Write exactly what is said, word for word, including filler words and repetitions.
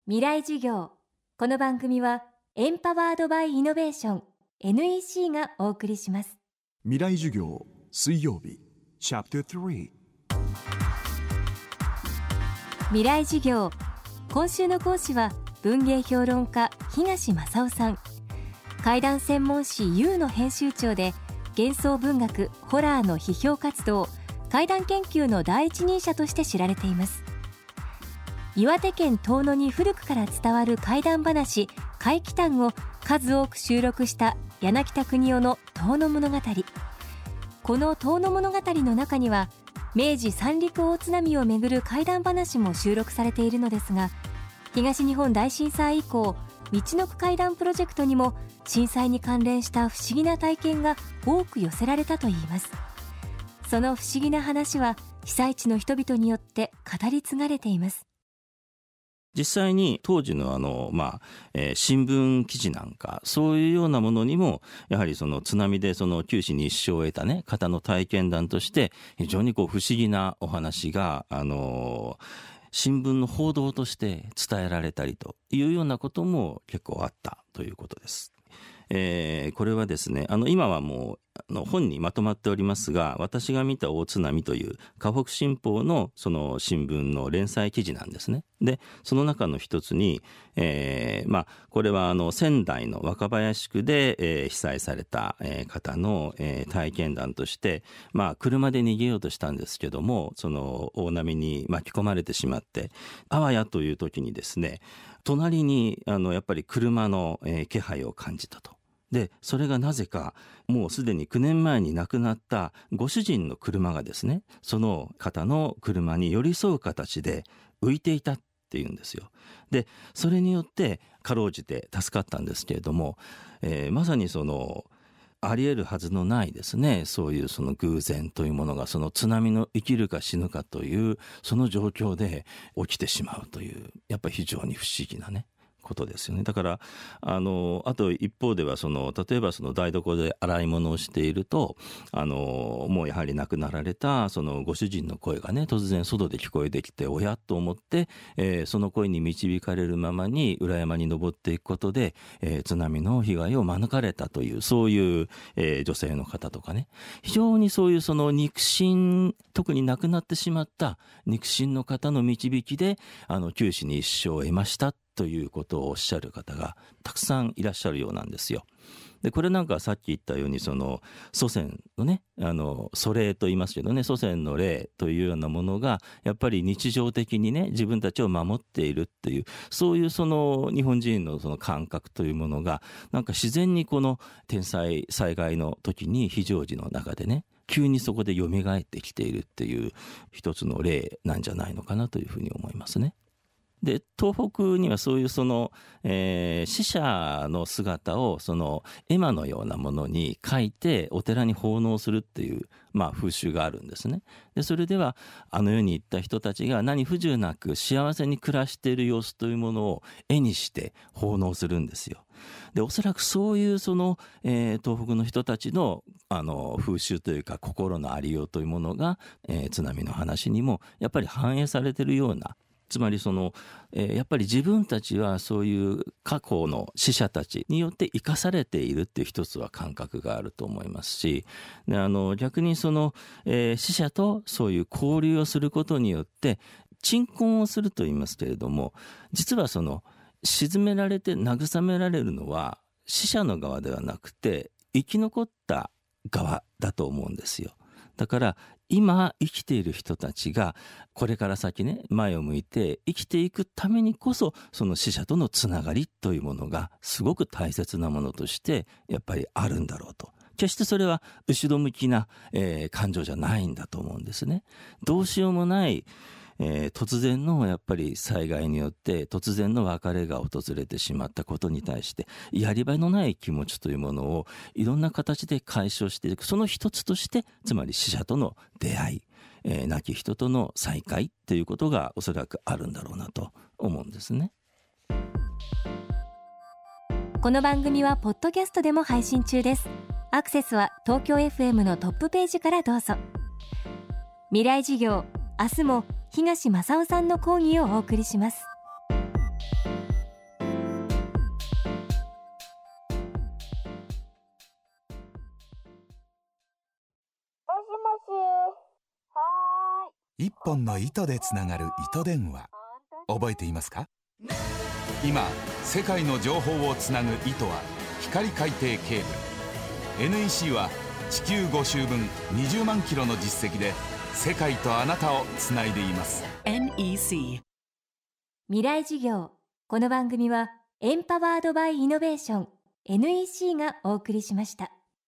未来授業。この番組はエンパワードバイイノベーション エヌイーシー がお送りします。 未来授業水曜日チャプタースリー未来授業。今週の講師は文芸評論家東正夫さん。怪談専門誌 ユー の編集長で幻想文学ホラーの批評活動、怪談研究の第一人者として知られています。岩手県遠野に古くから伝わる怪談話怪奇譚を数多く収録した柳田国男の遠野物語。この遠野物語の中には明治三陸大津波をめぐる怪談話も収録されているのですが、東日本大震災以降、みちのく怪談プロジェクトにも震災に関連した不思議な体験が多く寄せられたといいます。その不思議な話は被災地の人々によって語り継がれています。 実際に当時のあの、まあえー、新聞記事なんかそういうようなものにもやはりその津波でその九死に一生を得た、ね、方の体験談として非常にこう不思議なお話が、あのー、新聞の報道として伝えられたりというようなことも結構あったということです。えー、これはですね、あの今はもうあの本にまとまっておりますが、私が見た大津波という河北新報のその新聞の連載記事なんですね。でその中の一つに、えーまあ、これはあの仙台の若林区で、えー、被災された、えー、方の、えー、体験談として、まあ、車で逃げようとしたんですけども、その大波に巻き込まれてしまってあわやという時にですね、隣にあのやっぱり車の、えー、気配を感じたと。でそれがなぜかもうすでにきゅうねんまえに亡くなったご主人の車がですね、その方の車に寄り添う形で浮いていたっていうんですよ。でそれによってかろうじて助かったんですけれども、えー、まさにそのあり得るはずのないですね、そういうその偶然というものがその津波の生きるか死ぬかというその状況で起きてしまうという、やっぱり非常に不思議なねことですよね。だからあのあと一方ではその例えばその台所で洗い物をしていると、あのもうやはり亡くなられたそのご主人の声がね突然外で聞こえてきて、おやと思って、えー、その声に導かれるままに裏山に登っていくことで、えー、津波の被害を免れたという、そういう、えー、女性の方とかね、非常にそういうその肉親、特に亡くなってしまった肉親の方の導きであの九死に一生を得ましたということをおっしゃる方がたくさんいらっしゃるようなんですよ。でこれなんかさっき言ったようにその祖先のね、あの祖霊と言いますけどね、祖先の霊というようなものがやっぱり日常的にね自分たちを守っているっていう、そういうその日本人のその感覚というものがなんか自然にこの天災災害の時に非常時の中でね急にそこで蘇ってきているっていう一つの例なんじゃないのかなというふうに思いますね。で東北にはそういうその、えー、死者の姿をその絵馬のようなものに描いてお寺に奉納するっていう、まあ、風習があるんですね。でそれではあの世に行った人たちが何不自由なく幸せに暮らしている様子というものを絵にして奉納するんですよ。でおそらくそういうその、えー、東北の人たちの、あの風習というか心のありようというものが、えー、津波の話にもやっぱり反映されているような、つまりその、えー、やっぱり自分たちはそういう過去の死者たちによって生かされているっていう一つは感覚があると思いますし、であの逆にその、えー、死者とそういう交流をすることによって鎮魂をすると言いますけれども、実はその沈められて慰められるのは死者の側ではなくて生き残った側だと思うんですよ。だから今生きている人たちがこれから先ね前を向いて生きていくためにこそ、その死者とのつながりというものがすごく大切なものとしてやっぱりあるんだろうと。決してそれは後ろ向きな、えー、感情じゃないんだと思うんですね。どうしようもないえー、突然のやっぱり災害によって突然の別れが訪れてしまったことに対してやり場のない気持ちというものをいろんな形で解消していく、その一つとしてつまり死者との出会い、えー、亡き人との再会ということがおそらくあるんだろうなと思うんですね。 この番組はポッドキャストでも配信中です。アクセスは東京 エフエム のトップページからどうぞ。未来授業、明日も東正夫さんの講義をお送りします。 一本の糸でつながる糸電話、覚えていますか？今世界の情報をつなぐ糸は光海底ケーブル。 エヌイーシー は地球ご周分にじゅうまんキロの実績で世界とあなたをつないでいます。 エヌイーシー未来授業。この番組はエンパワードバイイノベーション エヌイーシー がお送りしました。